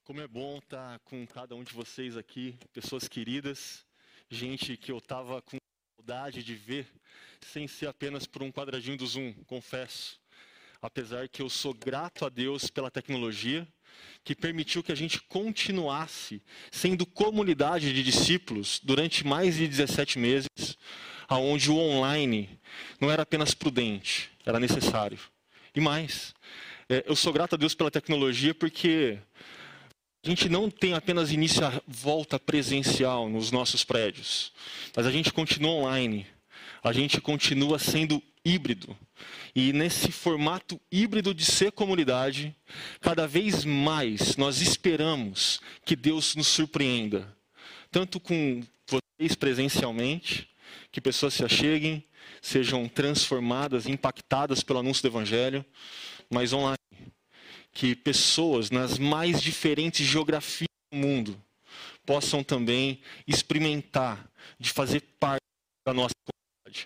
Como é bom estar com cada um de vocês aqui, pessoas queridas, gente que eu estava com saudade de ver, sem ser apenas por um quadradinho do Zoom, confesso. Apesar que eu sou grato a Deus pela tecnologia, que permitiu que a gente continuasse sendo comunidade de discípulos durante mais de 17 meses, onde o online não era apenas prudente, era necessário. E mais, eu sou grato a Deus pela tecnologia porque a gente não tem apenas início a volta presencial nos nossos prédios, mas a gente continua online, a gente continua sendo híbrido. E nesse formato híbrido de ser comunidade, cada vez mais nós esperamos que Deus nos surpreenda. Tanto com vocês presencialmente, que pessoas se acheguem, sejam transformadas, impactadas pelo anúncio do Evangelho, mas online. Que pessoas nas mais diferentes geografias do mundo possam também experimentar de fazer parte da nossa comunidade.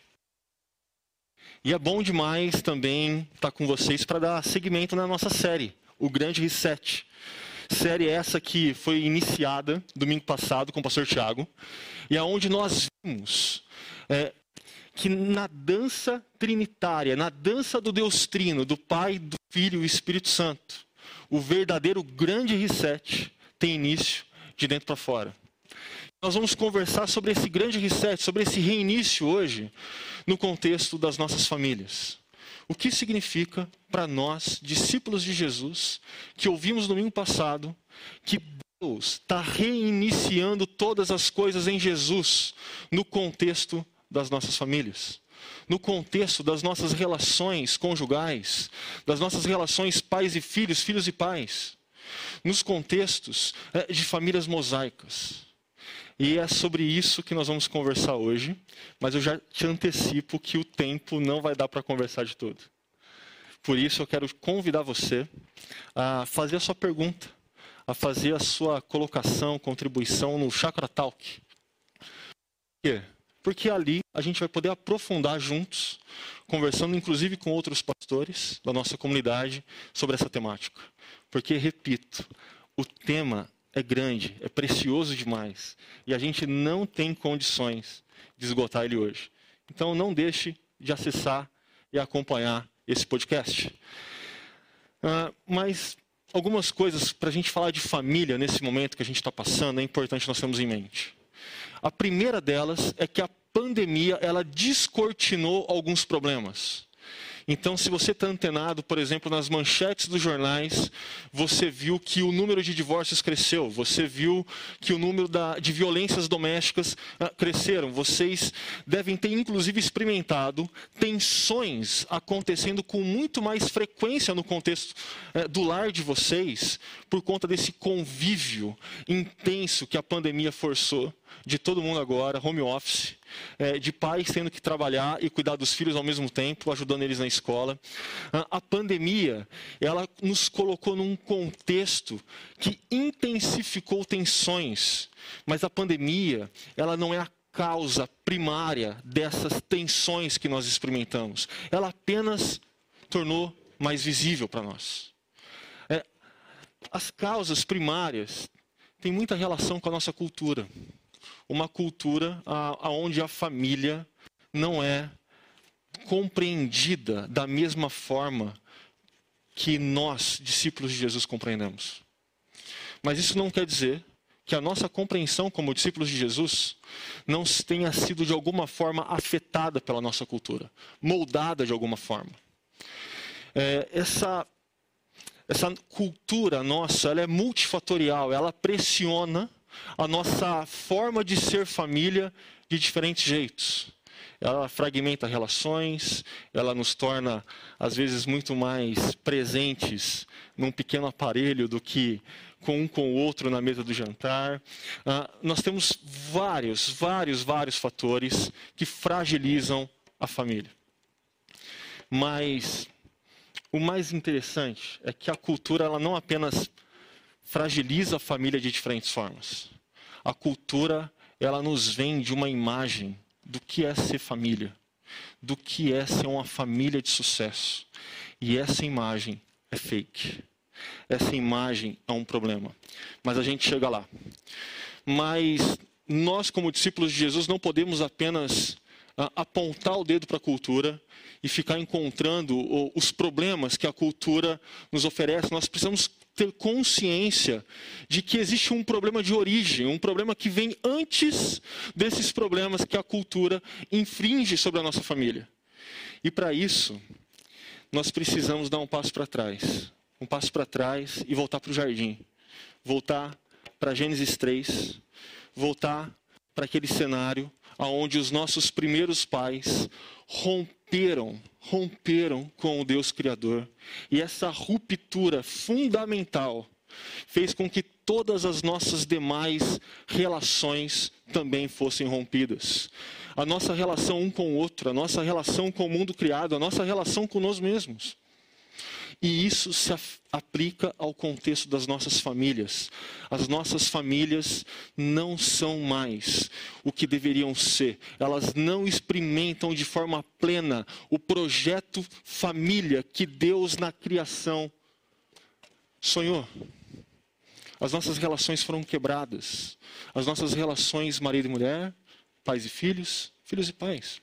E é bom demais também estar com vocês para dar seguimento na nossa série, o Grande Reset. Série essa que foi iniciada domingo passado com o pastor Tiago, e aonde nós vimos que na dança trinitária, na dança do Deus Trino, do Pai, do Filho e do Espírito Santo, o verdadeiro grande reset tem início de dentro para fora. Nós vamos conversar sobre esse grande reset, sobre esse reinício hoje, no contexto das nossas famílias. O que significa para nós, discípulos de Jesus, que ouvimos no domingo passado, que Deus está reiniciando todas as coisas em Jesus, no contexto das nossas famílias, no contexto das nossas relações conjugais, das nossas relações pais e filhos, filhos e pais, nos contextos de famílias mosaicas. E é sobre isso que nós vamos conversar hoje, mas eu já te antecipo que o tempo não vai dar para conversar de tudo. Por isso eu quero convidar você a fazer a sua pergunta, a fazer a sua colocação, contribuição no Chakra Talk. Por quê? Porque ali a gente vai poder aprofundar juntos, conversando inclusive com outros pastores da nossa comunidade sobre essa temática. Porque, repito, o tema é grande, é precioso demais. E a gente não tem condições de esgotar ele hoje. Então não deixe de acessar e acompanhar esse podcast. Mas algumas coisas para a gente falar de família nesse momento que a gente está passando é importante nós termos em mente. A primeira delas é que a pandemia ela descortinou alguns problemas. Então, se você está antenado, por exemplo, nas manchetes dos jornais, você viu que o número de divórcios cresceu, você viu que o número de violências domésticas cresceram. Vocês devem ter, inclusive, experimentado tensões acontecendo com muito mais frequência no contexto do lar de vocês, por conta desse convívio intenso que a pandemia forçou de todo mundo agora, home office, de pais tendo que trabalhar e cuidar dos filhos ao mesmo tempo, ajudando eles na escola. A pandemia, ela nos colocou num contexto que intensificou tensões, mas a pandemia, ela não é a causa primária dessas tensões que nós experimentamos. Ela apenas tornou mais visível para nós. As causas primárias têm muita relação com a nossa cultura. Uma cultura onde a família não é compreendida da mesma forma que nós, discípulos de Jesus, compreendemos. Mas isso não quer dizer que a nossa compreensão como discípulos de Jesus não tenha sido de alguma forma afetada pela nossa cultura, moldada de alguma forma. Essa cultura nossa, ela é multifatorial, ela pressiona a nossa forma de ser família de diferentes jeitos. Ela fragmenta relações, ela nos torna, às vezes, muito mais presentes num pequeno aparelho do que com um com o outro na mesa do jantar. Nós temos vários fatores que fragilizam a família. Mas o mais interessante é que a cultura ela não apenas fragiliza a família de diferentes formas. A cultura, ela nos vende uma imagem do que é ser família, do que é ser uma família de sucesso. E essa imagem é fake. essa imagem é um problema. Mas a gente chega lá. Mas nós, como discípulos de Jesus, não podemos apenas apontar o dedo para a cultura e ficar encontrando os problemas que a cultura nos oferece. Nós precisamos ter consciência de que existe um problema de origem, um problema que vem antes desses problemas que a cultura infringe sobre a nossa família. E para isso, nós precisamos dar um passo para trás. Um passo para trás e voltar para o jardim. Voltar para Gênesis 3. Voltar para aquele cenário onde os nossos primeiros pais romperam com o Deus Criador. E essa ruptura fundamental fez com que todas as nossas demais relações também fossem rompidas. A nossa relação um com o outro, a nossa relação com o mundo criado, a nossa relação com nós mesmos. E isso se aplica ao contexto das nossas famílias. As nossas famílias não são mais o que deveriam ser. Elas não experimentam de forma plena o projeto família que Deus na criação sonhou. As nossas relações foram quebradas. As nossas relações marido e mulher, pais e filhos, filhos e pais.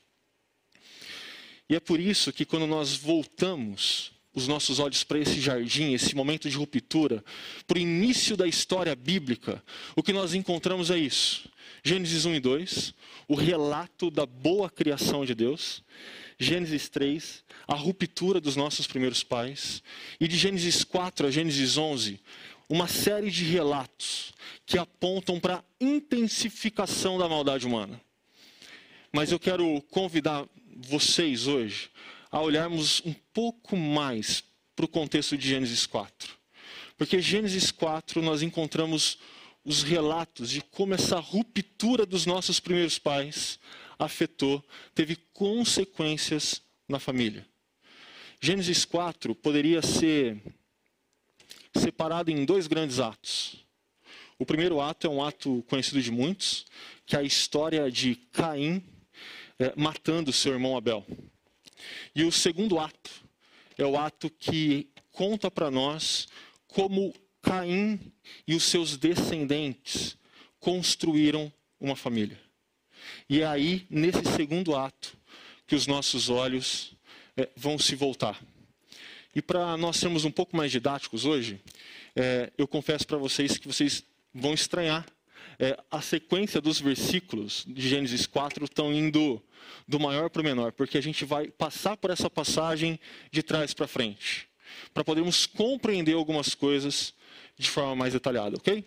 E é por isso que quando nós voltamos os nossos olhos para esse jardim, esse momento de ruptura, para o início da história bíblica, o que nós encontramos é isso. Gênesis 1 e 2, o relato da boa criação de Deus. Gênesis 3, a ruptura dos nossos primeiros pais. E de Gênesis 4 a Gênesis 11, uma série de relatos que apontam para a intensificação da maldade humana. Mas eu quero convidar vocês hoje a olharmos um pouco mais para o contexto de Gênesis 4. Porque Gênesis 4 nós encontramos os relatos de como essa ruptura dos nossos primeiros pais afetou, teve consequências na família. Gênesis 4 poderia ser separado em dois grandes atos. O primeiro ato é um ato conhecido de muitos, que é a história de Caim matando seu irmão Abel. E o segundo ato é o ato que conta para nós como Caim e os seus descendentes construíram uma família. E é aí, nesse segundo ato, que os nossos olhos vão se voltar. E para nós sermos um pouco mais didáticos hoje, eu confesso para vocês que vocês vão estranhar. A sequência dos versículos de Gênesis 4 estão indo do maior para o menor, porque a gente vai passar por essa passagem de trás para frente, para podermos compreender algumas coisas de forma mais detalhada, ok?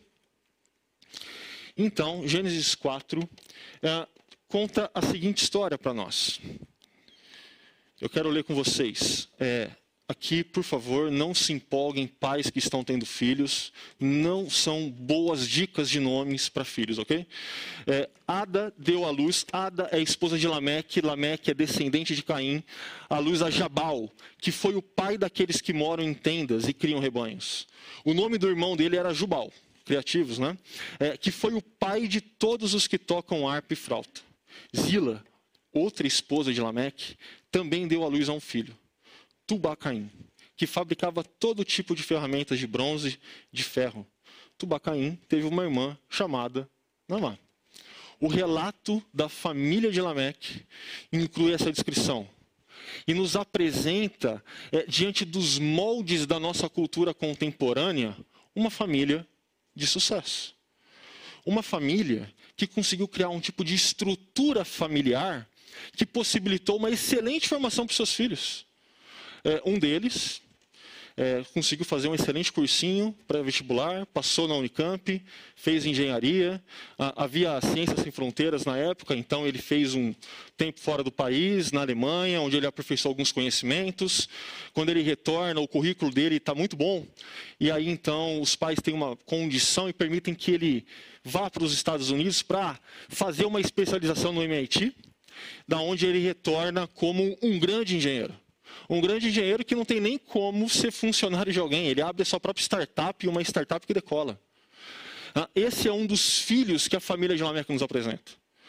Então, Gênesis 4 conta a seguinte história para nós. Eu quero ler com vocês. Aqui, por favor, não se empolguem, pais que estão tendo filhos. Não são boas dicas de nomes para filhos, ok? Ada deu à luz. Ada é esposa de Lameque. Lameque é descendente de Caim. À luz a Jabal, que foi o pai daqueles que moram em tendas e criam rebanhos. O nome do irmão dele era Jubal. Criativos, né? Que foi o pai de todos os que tocam harpa e flauta. Zila, outra esposa de Lameque, também deu à luz a um filho, Tubacaim, que fabricava todo tipo de ferramentas de bronze, de ferro. Tubacaim teve uma irmã chamada Naamá. O relato da família de Lameque inclui essa descrição e nos apresenta, diante dos moldes da nossa cultura contemporânea, uma família de sucesso. Uma família que conseguiu criar um tipo de estrutura familiar que possibilitou uma excelente formação para os seus filhos. Um deles conseguiu fazer um excelente cursinho pré-vestibular, passou na Unicamp, fez engenharia. Havia Ciências Sem Fronteiras na época, então ele fez um tempo fora do país, na Alemanha, onde ele aperfeiçoou alguns conhecimentos. Quando ele retorna, o currículo dele está muito bom. E aí, então, os pais têm uma condição e permitem que ele vá para os Estados Unidos para fazer uma especialização no MIT, da onde ele retorna como um grande engenheiro. Um grande engenheiro que não tem nem como ser funcionário de alguém. Ele abre a sua própria startup e uma startup que decola. Esse é um dos filhos que a família de Lameque nos apresenta.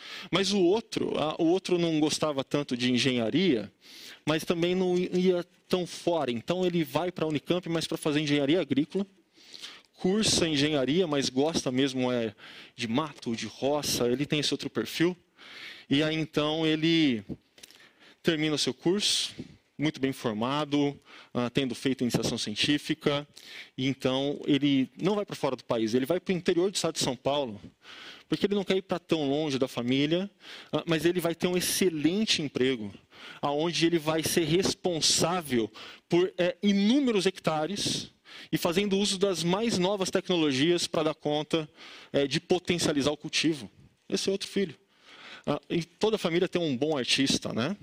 Mas o outro não gostava tanto de engenharia, mas também não ia tão fora. Então ele vai para a Unicamp, mas para fazer engenharia agrícola, cursa engenharia, mas gosta mesmo de mato, de roça, ele tem esse outro perfil. E aí então ele termina o seu curso, muito bem formado, tendo feito iniciação científica, e então ele não vai para fora do país, ele vai para o interior do estado de São Paulo, porque ele não quer ir para tão longe da família, mas ele vai ter um excelente emprego, onde ele vai ser responsável por inúmeros hectares e fazendo uso das mais novas tecnologias para dar conta de potencializar o cultivo. Esse é outro filho. E toda a família tem um bom artista, né?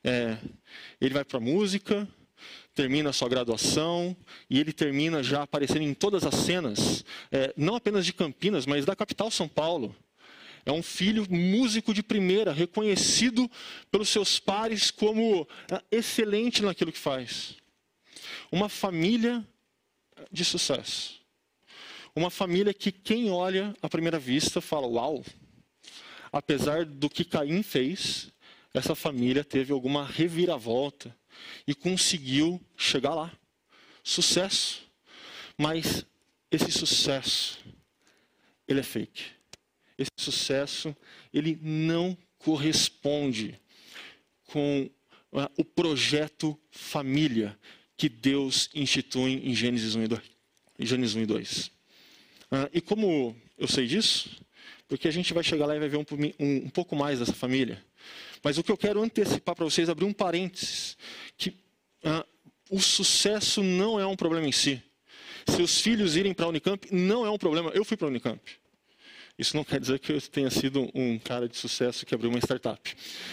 Ele vai para a música, termina a sua graduação e ele termina já aparecendo em todas as cenas, não apenas de Campinas, mas da capital São Paulo. É um filho músico de primeira, reconhecido pelos seus pares como excelente naquilo que faz. Uma família de sucesso. Uma família que quem olha à primeira vista fala, uau, apesar do que Caim fez, essa família teve alguma reviravolta e conseguiu chegar lá. Sucesso. Mas esse sucesso, ele é fake. Esse sucesso, ele não corresponde com o projeto família que Deus institui em Gênesis 1 e 2. E como eu sei disso? Porque a gente vai chegar lá e vai ver um pouco mais dessa família. Mas o que eu quero antecipar para vocês, abrir um parênteses, que o sucesso não é um problema em si. Seus filhos irem para a Unicamp não é um problema. Eu fui para a Unicamp. Isso não quer dizer que eu tenha sido um cara de sucesso que abriu uma startup.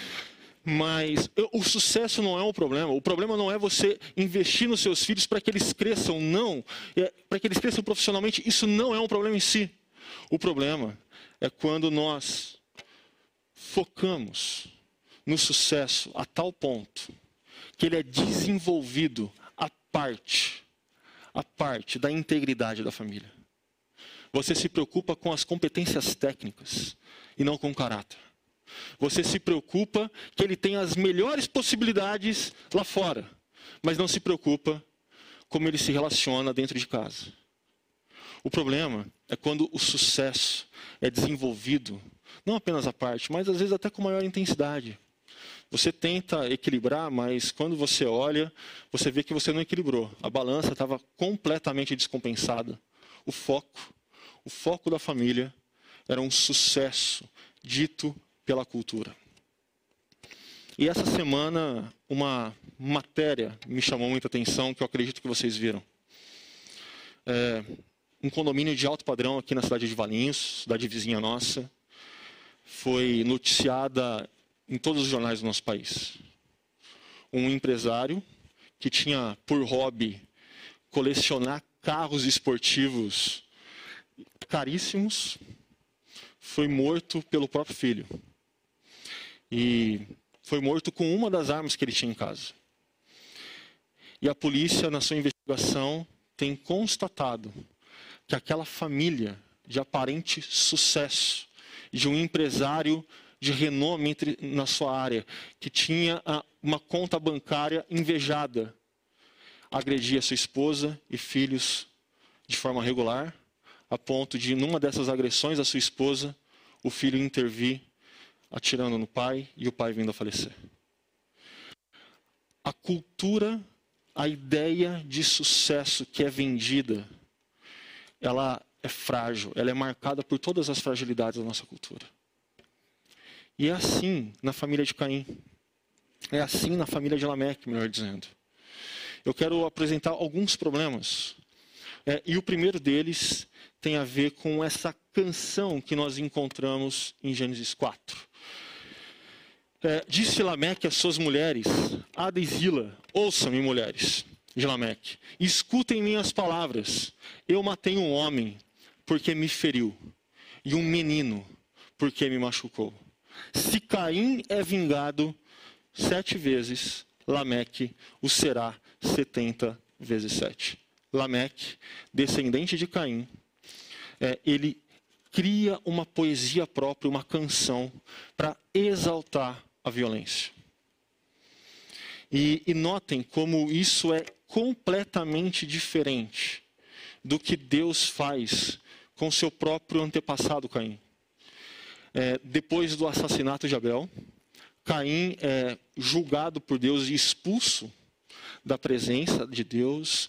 Mas o sucesso não é um problema. O problema não é você investir nos seus filhos para que eles cresçam, não. Para que eles cresçam profissionalmente, isso não é um problema em si. O problema é quando nós focamos no sucesso a tal ponto que ele é desenvolvido à parte da integridade da família. Você se preocupa com as competências técnicas e não com o caráter. Você se preocupa que ele tenha as melhores possibilidades lá fora, mas não se preocupa como ele se relaciona dentro de casa. O problema é quando o sucesso é desenvolvido, não apenas à parte, mas às vezes até com maior intensidade. Você tenta equilibrar, mas quando você olha, você vê que você não equilibrou. A balança estava completamente descompensada. O foco da família era um sucesso dito pela cultura. E essa semana, uma matéria me chamou muita atenção, que eu acredito que vocês viram. Um condomínio de alto padrão aqui na cidade de Valinhos, cidade vizinha nossa, foi noticiada em todos os jornais do nosso país. Um empresário que tinha por hobby colecionar carros esportivos caríssimos, foi morto pelo próprio filho. E foi morto com uma das armas que ele tinha em casa. E a polícia, na sua investigação, tem constatado que aquela família de aparente sucesso, de um empresário de renome na sua área, que tinha uma conta bancária invejada, agredia sua esposa e filhos de forma regular, a ponto de, numa dessas agressões à sua esposa, o filho intervir, atirando no pai e o pai vindo a falecer. A cultura, a ideia de sucesso que é vendida, ela é frágil, ela é marcada por todas as fragilidades da nossa cultura. E é assim na família de Caim. É assim na família de Lameque, melhor dizendo. Eu quero apresentar alguns problemas. E o primeiro deles tem a ver com essa canção que nós encontramos em Gênesis 4. Disse Lameque às suas mulheres, Ada e Zila, ouçam-me, mulheres de Lameque, escutem minhas palavras. Eu matei um homem porque me feriu, e um menino porque me machucou. Se Caim é vingado 7 vezes, Lameque o será 70 vezes 7. Lameque, descendente de Caim, ele cria uma poesia própria, uma canção, para exaltar a violência. E notem como isso é completamente diferente do que Deus faz com seu próprio antepassado Caim. Depois do assassinato de Abel, Caim é julgado por Deus e expulso da presença de Deus.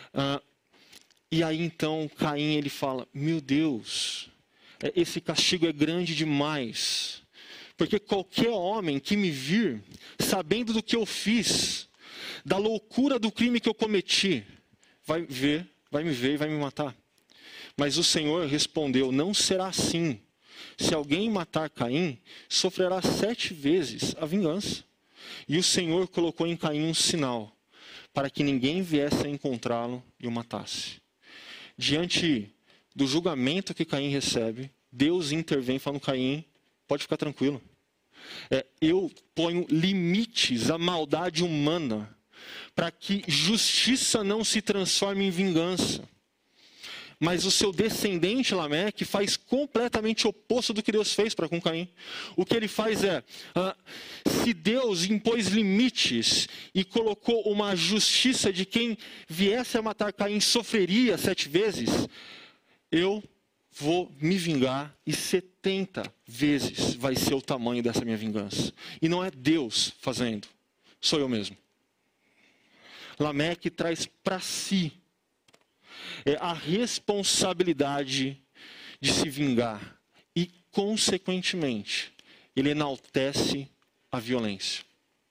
E aí então Caim ele fala, meu Deus, esse castigo é grande demais. Porque qualquer homem que me vir, sabendo do que eu fiz, da loucura do crime que eu cometi, vai me ver e vai me matar. Mas o Senhor respondeu, não será assim. Se alguém matar Caim, sofrerá 7 vezes a vingança. E o Senhor colocou em Caim um sinal, para que ninguém viesse a encontrá-lo e o matasse. Diante do julgamento que Caim recebe, Deus intervém falando, Caim, pode ficar tranquilo. Eu ponho limites à maldade humana, para que justiça não se transforme em vingança. Mas o seu descendente, Lameque, faz completamente o oposto do que Deus fez para com Caim. O que ele faz se Deus impôs limites e colocou uma justiça de quem viesse a matar Caim sofreria 7 vezes, eu vou me vingar e 70 vezes vai ser o tamanho dessa minha vingança. E não é Deus fazendo, sou eu mesmo. Lameque traz para si a responsabilidade de se vingar e, consequentemente, ele enaltece a violência.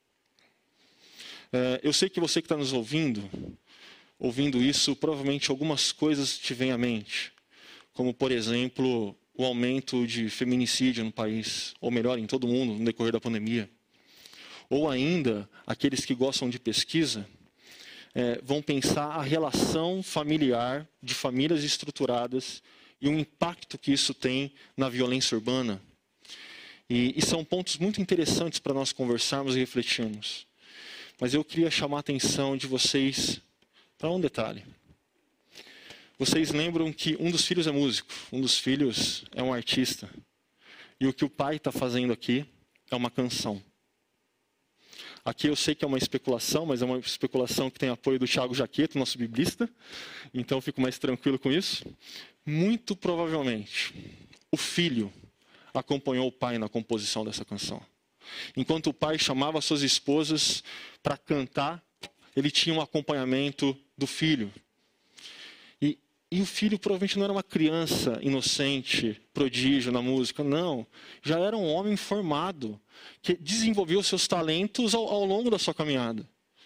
Eu sei que você que está nos ouvindo isso, provavelmente algumas coisas te vêm à mente, como, por exemplo, o aumento de feminicídio no país, ou melhor, em todo mundo, no decorrer da pandemia. Ou ainda, aqueles que gostam de pesquisa, vão pensar a relação familiar de famílias estruturadas e o impacto que isso tem na violência urbana. E são pontos muito interessantes para nós conversarmos e refletirmos. Mas eu queria chamar a atenção de vocês para um detalhe. Vocês lembram que um dos filhos é músico, um dos filhos é um artista. E o que o pai está fazendo aqui é uma canção. Aqui eu sei que é uma especulação, mas é uma especulação que tem apoio do Thiago Jaqueto, nosso biblista. Então eu fico mais tranquilo com isso. Muito provavelmente, o filho acompanhou o pai na composição dessa canção. Enquanto o pai chamava suas esposas para cantar, ele tinha um acompanhamento do filho. E o filho provavelmente não era uma criança inocente, prodígio na música, não. Já era um homem formado, que desenvolveu seus talentos ao longo da sua caminhada.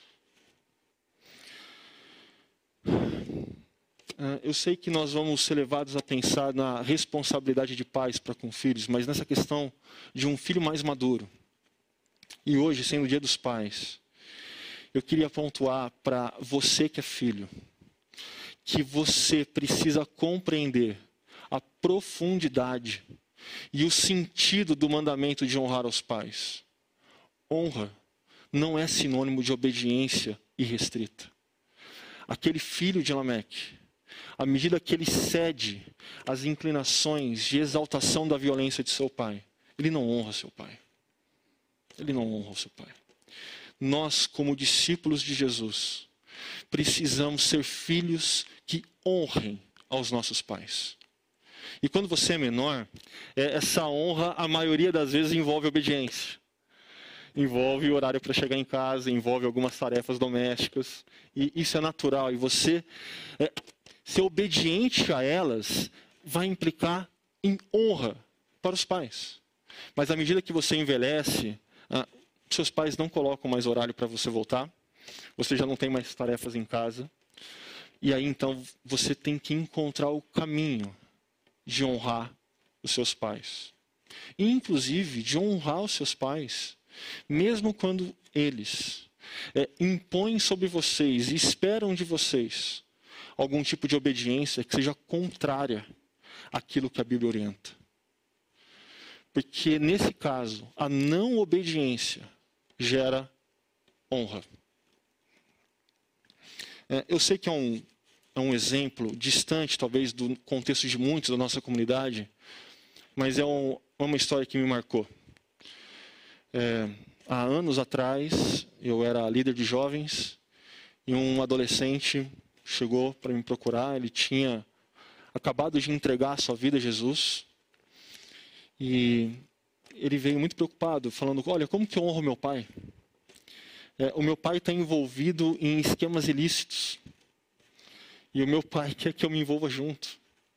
Eu sei que nós vamos ser levados a pensar na responsabilidade de pais para com filhos, mas nessa questão de um filho mais maduro. E hoje, sendo o Dia dos Pais, eu queria pontuar para você que é filho, que você precisa compreender a profundidade e o sentido do mandamento de honrar aos pais. Honra não é sinônimo de obediência irrestrita. Aquele filho de Lameque, à medida que ele cede às inclinações de exaltação da violência de seu pai, ele não honra seu pai. Ele não honra o seu pai. Nós, como discípulos de Jesus, precisamos ser filhos que honrem aos nossos pais. E quando você é menor, essa honra, a maioria das vezes, envolve obediência. Envolve o horário para chegar em casa, envolve algumas tarefas domésticas. E isso é natural. E você ser obediente a elas vai implicar em honra para os pais. Mas à medida que você envelhece, seus pais não colocam mais horário para você voltar. Você já não tem mais tarefas em casa. E aí então você tem que encontrar o caminho de honrar os seus pais. E inclusive de honrar os seus pais, mesmo quando eles impõem sobre vocês e esperam de vocês algum tipo de obediência que seja contrária àquilo que a Bíblia orienta. Porque nesse caso, a não obediência gera honra. Eu sei que é é um exemplo distante, talvez, do contexto de muitos da nossa comunidade, mas é uma história que me marcou. Há anos atrás, eu era líder de jovens e um adolescente chegou para me procurar. Ele tinha acabado de entregar a sua vida a Jesus e ele veio muito preocupado, falando: olha, como que eu honro meu pai? O meu pai está envolvido em esquemas ilícitos e o meu pai quer que eu me envolva junto.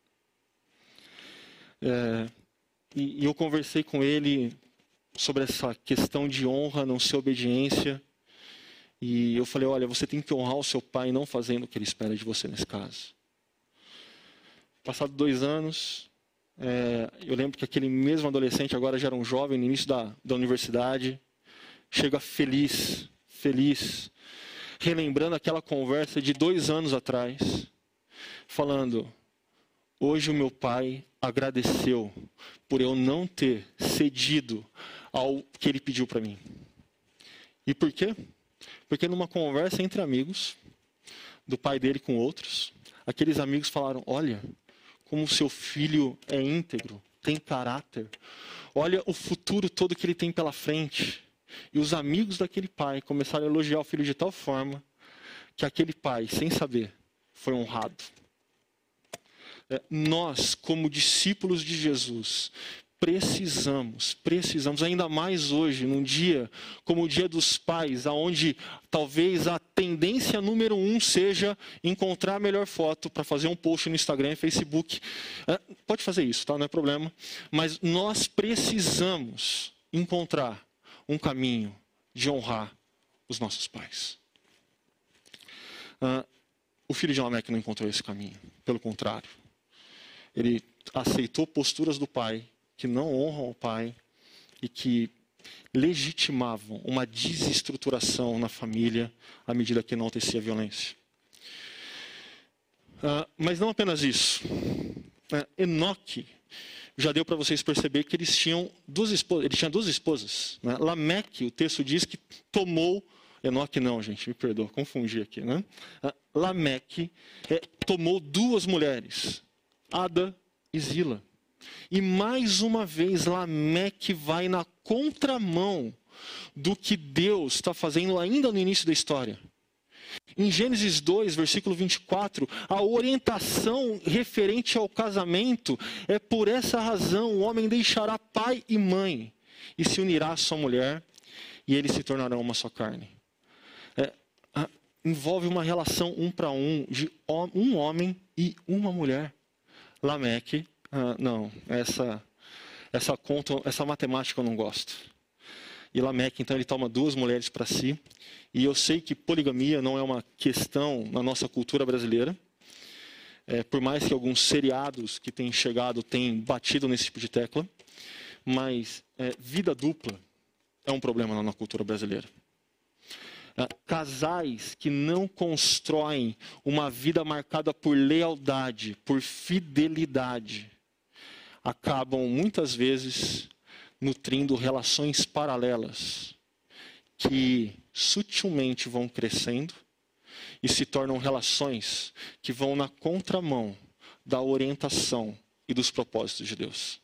E eu conversei com ele sobre essa questão de honra, não ser obediência. E eu falei: olha, você tem que honrar o seu pai não fazendo o que ele espera de você nesse caso. Passado 2 anos, eu lembro que aquele mesmo adolescente, agora já era um jovem, no início da universidade, chega feliz, relembrando aquela conversa de 2 anos atrás, falando: hoje o meu pai agradeceu por eu não ter cedido ao que ele pediu para mim. E por quê? Porque numa conversa entre amigos, do pai dele com outros, aqueles amigos falaram: olha, como o seu filho é íntegro, tem caráter, olha o futuro todo que ele tem pela frente. E os amigos daquele pai começaram a elogiar o filho de tal forma que aquele pai, sem saber, foi honrado. Nós, como discípulos de Jesus, precisamos, ainda mais hoje, num dia como o Dia dos Pais, onde talvez a tendência número 1 seja encontrar a melhor foto para fazer um post no Instagram e Facebook. Pode fazer isso, tá? Não é problema. Mas nós precisamos encontrar um caminho de honrar os nossos pais. O filho de Lameque não encontrou esse caminho. Pelo contrário, ele aceitou posturas do pai que não honram o pai e que legitimavam uma desestruturação na família à medida que enaltecia a violência. Mas não apenas isso. Enoque, já deu para vocês perceber que ele tinha 2 esposas. Né? Lameque, o texto diz que tomou... Enoque não, gente, me perdoa, confundi aqui. Né? Lameque tomou 2 mulheres, Ada e Zila. E mais uma vez, Lameque vai na contramão do que Deus está fazendo ainda no início da história. Em Gênesis 2, versículo 24, a orientação referente ao casamento é: por essa razão o homem deixará pai e mãe e se unirá à sua mulher e eles se tornarão uma só carne. Envolve uma relação 1 para 1 de um homem e uma mulher. Lameque, não, essa matemática eu não gosto. E Lameque, então, ele toma 2 mulheres para si. E eu sei que poligamia não é uma questão na nossa cultura brasileira. Por mais que alguns seriados que têm chegado tenham batido nesse tipo de tecla. Mas vida dupla é um problema na cultura brasileira. Casais que não constroem uma vida marcada por lealdade, por fidelidade, acabam muitas vezes nutrindo relações paralelas que sutilmente vão crescendo e se tornam relações que vão na contramão da orientação e dos propósitos de Deus.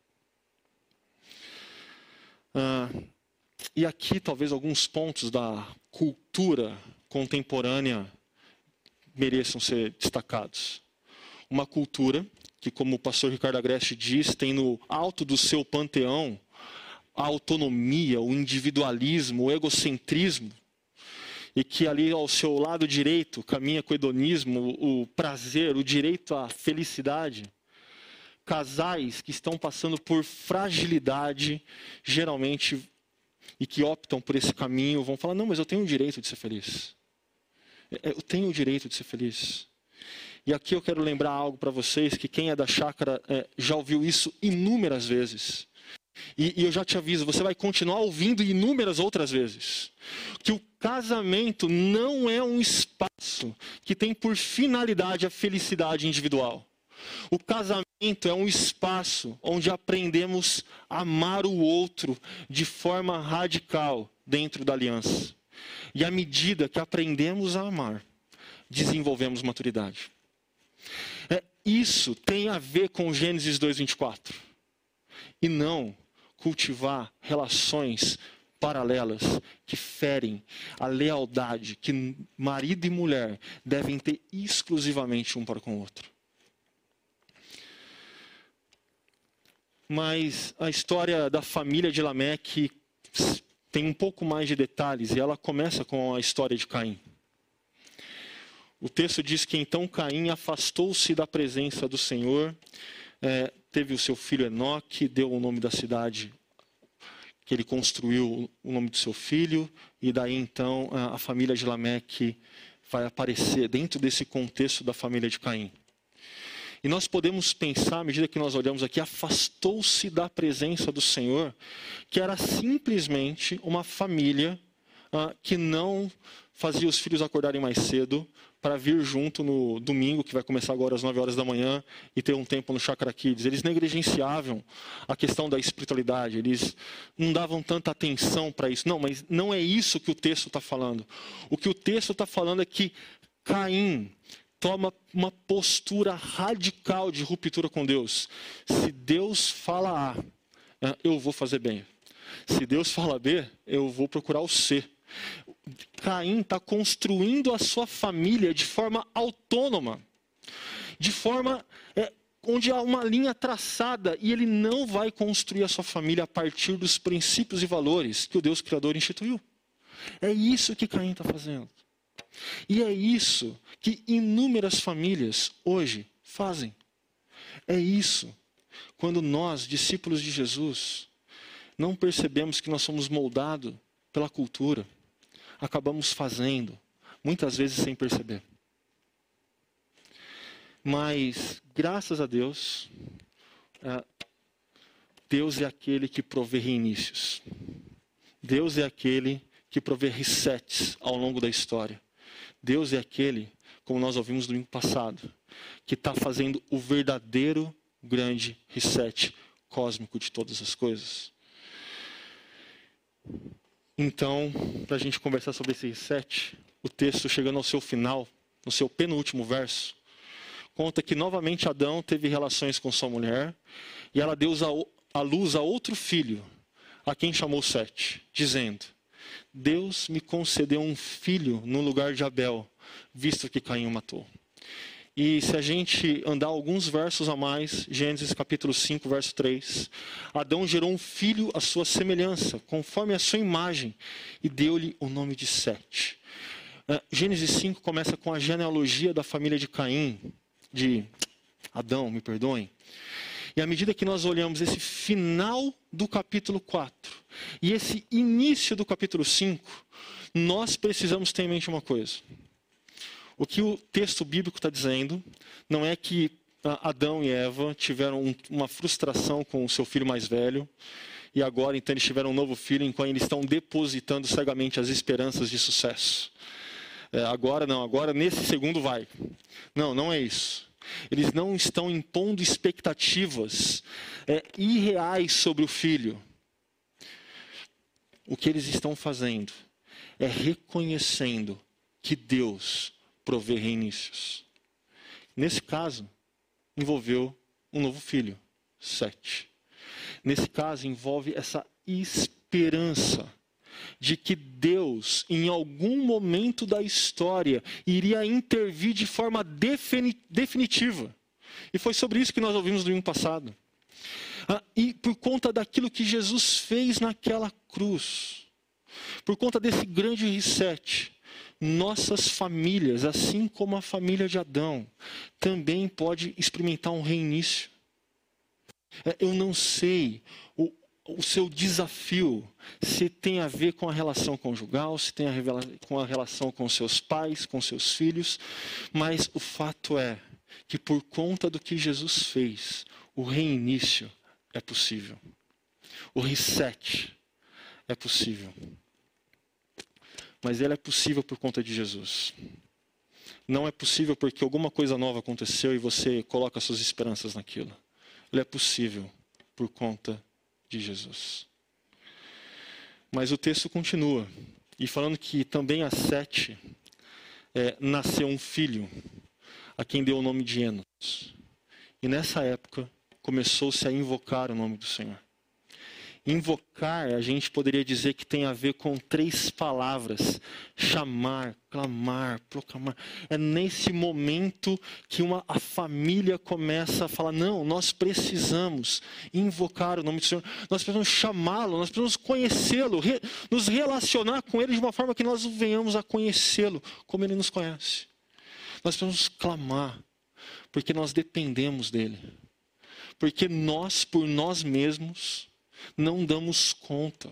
E aqui talvez alguns pontos da cultura contemporânea mereçam ser destacados. Uma cultura que, como o pastor Ricardo Agreste diz, tem no alto do seu panteão a autonomia, o individualismo, o egocentrismo, e que ali ao seu lado direito caminha com o hedonismo, o prazer, o direito à felicidade. Casais que estão passando por fragilidade, geralmente, e que optam por esse caminho, vão falar: não, mas eu tenho o direito de ser feliz. Eu tenho o direito de ser feliz. E aqui eu quero lembrar algo para vocês, que quem é da chácara já ouviu isso inúmeras vezes. E eu já te aviso, você vai continuar ouvindo inúmeras outras vezes. Que o casamento não é um espaço que tem por finalidade a felicidade individual. O casamento é um espaço onde aprendemos a amar o outro de forma radical dentro da aliança. E à medida que aprendemos a amar, desenvolvemos maturidade. Isso tem a ver com Gênesis 2:24. E não cultivar relações paralelas que ferem a lealdade que marido e mulher devem ter exclusivamente um para com o outro. Mas a história da família de Lameque tem um pouco mais de detalhes e ela começa com a história de Caim. O texto diz que então Caim afastou-se da presença do Senhor, teve o seu filho Enoque, deu o nome da cidade que ele construiu, o nome do seu filho, e daí então a família de Lameque vai aparecer dentro desse contexto da família de Caim. E nós podemos pensar, à medida que nós olhamos aqui, afastou-se da presença do Senhor, que era simplesmente uma família que não fazia os filhos acordarem mais cedo para vir junto no domingo, que vai começar agora às 9 horas da manhã, e ter um tempo no Chácara Kids. Eles negligenciavam a questão da espiritualidade, eles não davam tanta atenção para isso. Não, mas não é isso que o texto está falando. O que o texto está falando é que Caim toma uma postura radical de ruptura com Deus. Se Deus fala A, eu vou fazer bem. Se Deus fala B, eu vou procurar o C. Caim está construindo a sua família de forma autônoma, de forma onde há uma linha traçada, e ele não vai construir a sua família a partir dos princípios e valores que o Deus Criador instituiu. É isso que Caim está fazendo. E é isso que inúmeras famílias hoje fazem. É isso. Quando nós, discípulos de Jesus, não percebemos que nós somos moldados pela cultura, acabamos fazendo, muitas vezes sem perceber. Mas, graças a Deus, Deus é aquele que provê reinícios. Deus é aquele que provê resets ao longo da história. Deus é aquele, como nós ouvimos no domingo passado, que está fazendo o verdadeiro grande reset cósmico de todas as coisas. Então, para a gente conversar sobre esse reset, o texto chegando ao seu final, no seu penúltimo verso, conta que novamente Adão teve relações com sua mulher e ela deu à luz a outro filho, a quem chamou Sete, dizendo: Deus me concedeu um filho no lugar de Abel, visto que Caim o matou. E se a gente andar alguns versos a mais, Gênesis capítulo 5, verso 3, Adão gerou um filho à sua semelhança, conforme a sua imagem, e deu-lhe o nome de Sete. Gênesis 5 começa com a genealogia da família de Caim, de Adão, me perdoem. E à medida que nós olhamos esse final do capítulo 4 e esse início do capítulo 5, nós precisamos ter em mente uma coisa. O que o texto bíblico está dizendo não é que Adão e Eva tiveram uma frustração com o seu filho mais velho e agora então eles tiveram um novo filho em qual eles estão depositando cegamente as esperanças de sucesso. Agora não, agora nesse segundo vai. Não, não é isso. Eles não estão impondo expectativas irreais sobre o filho. O que eles estão fazendo é reconhecendo que Deus provê reinícios. Nesse caso, envolveu um novo filho, Sete. Nesse caso, envolve essa esperança de que Deus, em algum momento da história, iria intervir de forma definitiva. E foi sobre isso que nós ouvimos no domingo passado. E por conta daquilo que Jesus fez naquela cruz, por conta desse grande reset, nossas famílias, assim como a família de Adão, também pode experimentar um reinício. Eu não sei o seu desafio, se tem a ver com a relação conjugal, se tem a ver com a relação com seus pais, com seus filhos, mas o fato é que por conta do que Jesus fez, o reinício é possível. O reset é possível. Mas ele é possível por conta de Jesus. Não é possível porque alguma coisa nova aconteceu e você coloca suas esperanças naquilo. Ele é possível por conta de Jesus. Mas o texto continua, e falando que também a Sete nasceu um filho, a quem deu o nome de Enos. E nessa época, começou-se a invocar o nome do Senhor. Invocar, a gente poderia dizer que tem a ver com 3 palavras: chamar, clamar, proclamar. É nesse momento que a família começa a falar: não, nós precisamos invocar o nome do Senhor, nós precisamos chamá-lo, nós precisamos conhecê-lo, nos relacionar com Ele de uma forma que nós venhamos a conhecê-lo como Ele nos conhece. Nós precisamos clamar, porque nós dependemos dEle. Porque nós, por nós mesmos, não damos conta.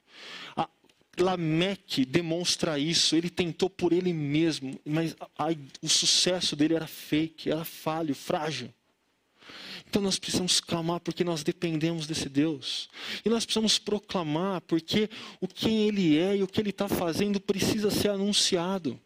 Lameque demonstra isso. Ele tentou por ele mesmo, mas o sucesso dele era fake, era falho, frágil. Então nós precisamos clamar porque nós dependemos desse Deus. E nós precisamos proclamar porque o quem Ele é e o que Ele está fazendo precisa ser anunciado.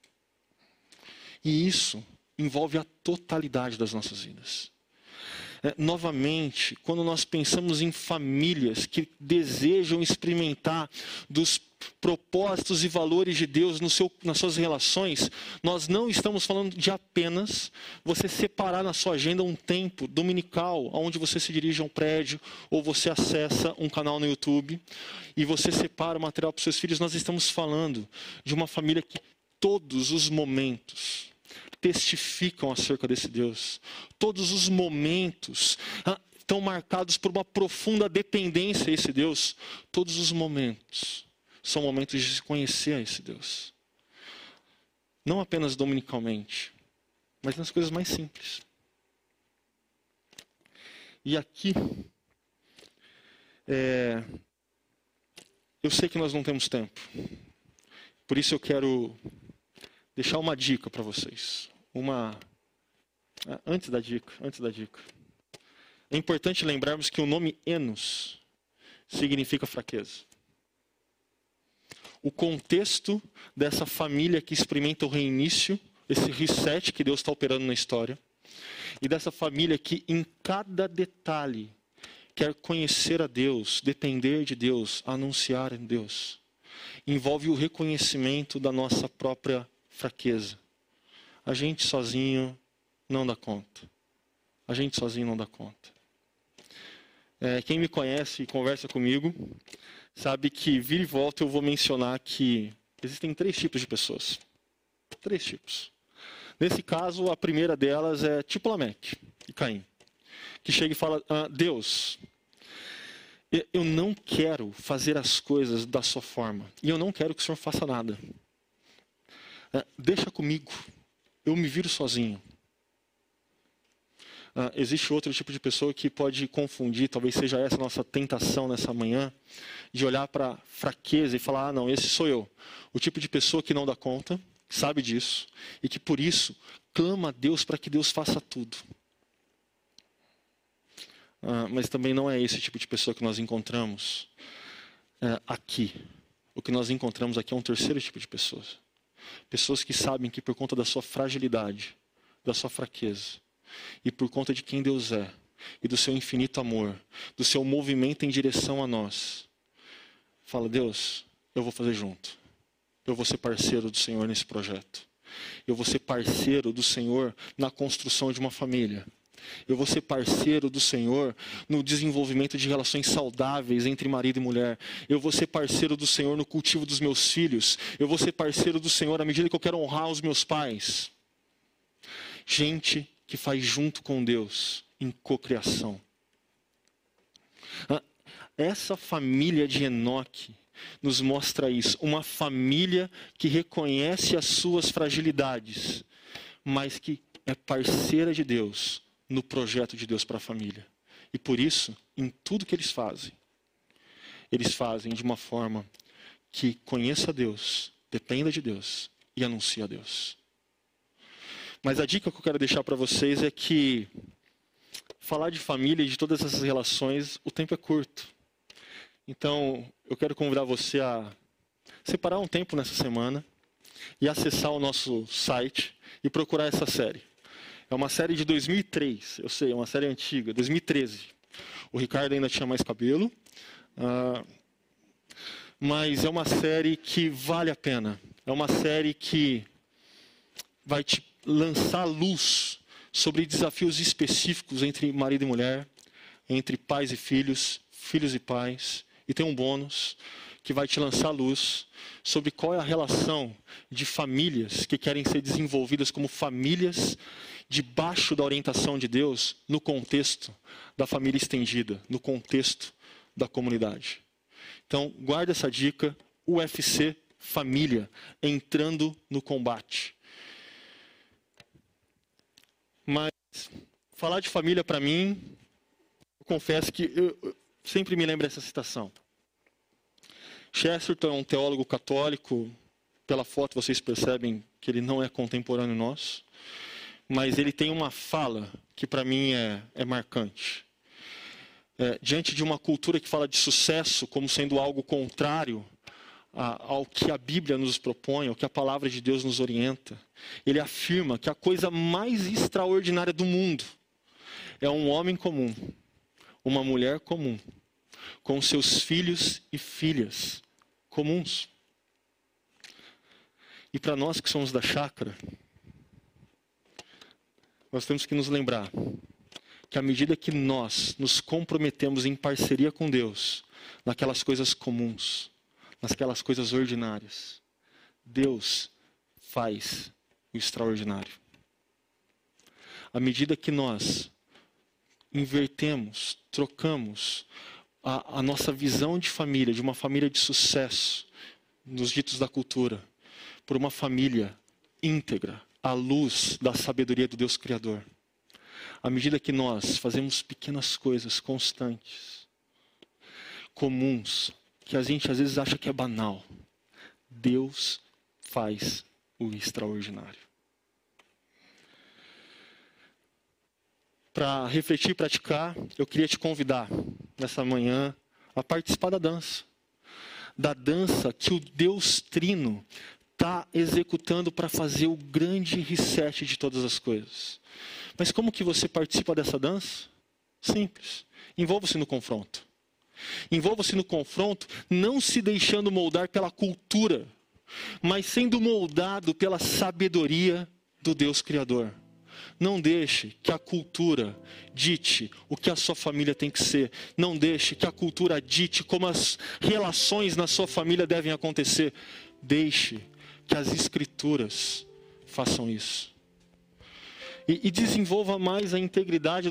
E isso envolve a totalidade das nossas vidas. Novamente, quando nós pensamos em famílias que desejam experimentar dos propósitos e valores de Deus nas suas relações, nós não estamos falando de apenas você separar na sua agenda um tempo dominical, onde você se dirige a um prédio, ou você acessa um canal no YouTube, e você separa o material para os seus filhos. Nós estamos falando de uma família que todos os momentos testificam acerca desse Deus. Todos os momentos estão marcados por uma profunda dependência a esse Deus. Todos os momentos são momentos de se conhecer a esse Deus. Não apenas dominicalmente, mas nas coisas mais simples. E aqui, eu sei que nós não temos tempo. Por isso eu quero deixar uma dica para vocês. Antes da dica. É importante lembrarmos que o nome Enos significa fraqueza. O contexto dessa família que experimenta o reinício, esse reset que Deus está operando na história, e dessa família que em cada detalhe quer conhecer a Deus, depender de Deus, anunciar em Deus, envolve o reconhecimento da nossa própria fraqueza. A gente sozinho não dá conta. Quem me conhece e conversa comigo sabe que vira e volta eu vou mencionar que existem 3 tipos de pessoas. 3 tipos. Nesse caso, a primeira delas é tipo Lameque e Caim, que chega e fala: Deus, eu não quero fazer as coisas da sua forma, e eu não quero que o Senhor faça nada. Deixa comigo, eu me viro sozinho. Existe outro tipo de pessoa que pode confundir, talvez seja essa a nossa tentação nessa manhã, de olhar para a fraqueza e falar: não, esse sou eu. O tipo de pessoa que não dá conta, sabe disso, e que por isso clama a Deus para que Deus faça tudo. Mas também não é esse tipo de pessoa que nós encontramos aqui. O que nós encontramos aqui é um terceiro tipo de pessoas. Pessoas que sabem que por conta da sua fragilidade, da sua fraqueza, e por conta de quem Deus é, e do seu infinito amor, do seu movimento em direção a nós, fala: Deus, eu vou fazer junto. Eu vou ser parceiro do Senhor nesse projeto. Eu vou ser parceiro do Senhor na construção de uma família. Eu vou ser parceiro do Senhor no desenvolvimento de relações saudáveis entre marido e mulher. Eu vou ser parceiro do Senhor no cultivo dos meus filhos. Eu vou ser parceiro do Senhor à medida que eu quero honrar os meus pais. Gente que faz junto com Deus em cocriação. Essa família de Enoque nos mostra isso. Uma família que reconhece as suas fragilidades, mas que é parceira de Deus no projeto de Deus para a família. E por isso, em tudo que eles fazem de uma forma que conheça a Deus, dependa de Deus e anuncie a Deus. Mas a dica que eu quero deixar para vocês é que falar de família e de todas essas relações, o tempo é curto. Então, eu quero convidar você a separar um tempo nessa semana e acessar o nosso site e procurar essa série. É uma série de 2003, eu sei, é uma série antiga, 2013. O Ricardo ainda tinha mais cabelo, mas é uma série que vale a pena. É uma série que vai te lançar luz sobre desafios específicos entre marido e mulher, entre pais e filhos, filhos e pais. E tem um bônus que vai te lançar luz sobre qual é a relação de famílias que querem ser desenvolvidas como famílias debaixo da orientação de Deus no contexto da família estendida, no contexto da comunidade. Então, guarda essa dica, UFC Família, entrando no combate. Mas falar de família para mim, eu confesso que eu sempre me lembro dessa citação. Chesterton é um teólogo católico, pela foto vocês percebem que ele não é contemporâneo nosso, mas ele tem uma fala que para mim é marcante. Diante de uma cultura que fala de sucesso como sendo algo contrário ao que a Bíblia nos propõe, ao que a palavra de Deus nos orienta, ele afirma que a coisa mais extraordinária do mundo é um homem comum, uma mulher comum, com seus filhos e filhas comuns. E para nós que somos da chácara, nós temos que nos lembrar que à medida que nós nos comprometemos em parceria com Deus, naquelas coisas comuns, naquelas coisas ordinárias, Deus faz o extraordinário. À medida que nós invertemos, trocamos a nossa visão de família, de uma família de sucesso, nos ditos da cultura, por uma família íntegra, à luz da sabedoria do Deus Criador. À medida que nós fazemos pequenas coisas constantes, comuns, que a gente às vezes acha que é banal, Deus faz o extraordinário. Para refletir e praticar, eu queria te convidar nessa manhã a participar da dança. Da dança que o Deus Trino está executando para fazer o grande reset de todas as coisas. Mas como que você participa dessa dança? Simples. Envolva-se no confronto. Envolva-se no confronto, não se deixando moldar pela cultura, mas sendo moldado pela sabedoria do Deus Criador. Não deixe que a cultura dite o que a sua família tem que ser. Não deixe que a cultura dite como as relações na sua família devem acontecer. Deixe que as Escrituras façam isso. E desenvolva mais a integridade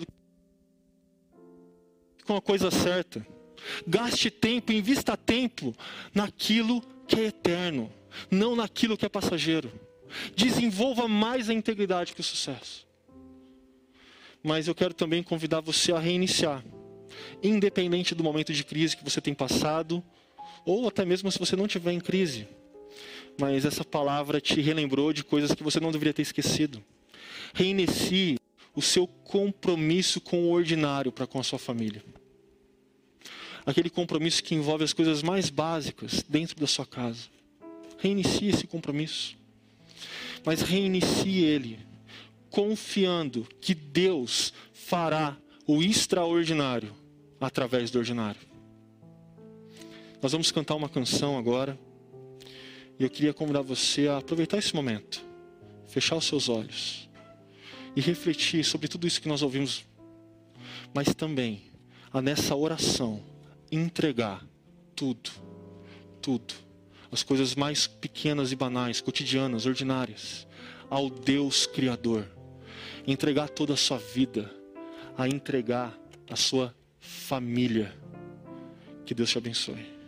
com a coisa certa. Gaste tempo, invista tempo naquilo que é eterno, não naquilo que é passageiro. Desenvolva mais a integridade que o sucesso. Mas eu quero também convidar você a reiniciar, independente do momento de crise que você tem passado, ou até mesmo se você não estiver em crise. Mas essa palavra te relembrou de coisas que você não deveria ter esquecido. Reinicie o seu compromisso com o ordinário para com a sua família. Aquele compromisso que envolve as coisas mais básicas dentro da sua casa. Reinicie esse compromisso. Mas reinicie ele, confiando que Deus fará o extraordinário através do ordinário. Nós vamos cantar uma canção agora. E eu queria convidar você a aproveitar esse momento, fechar os seus olhos e refletir sobre tudo isso que nós ouvimos, mas também a nessa oração entregar tudo, as coisas mais pequenas e banais, cotidianas, ordinárias, ao Deus Criador. Entregar toda a sua vida, a entregar a sua família. Que Deus te abençoe.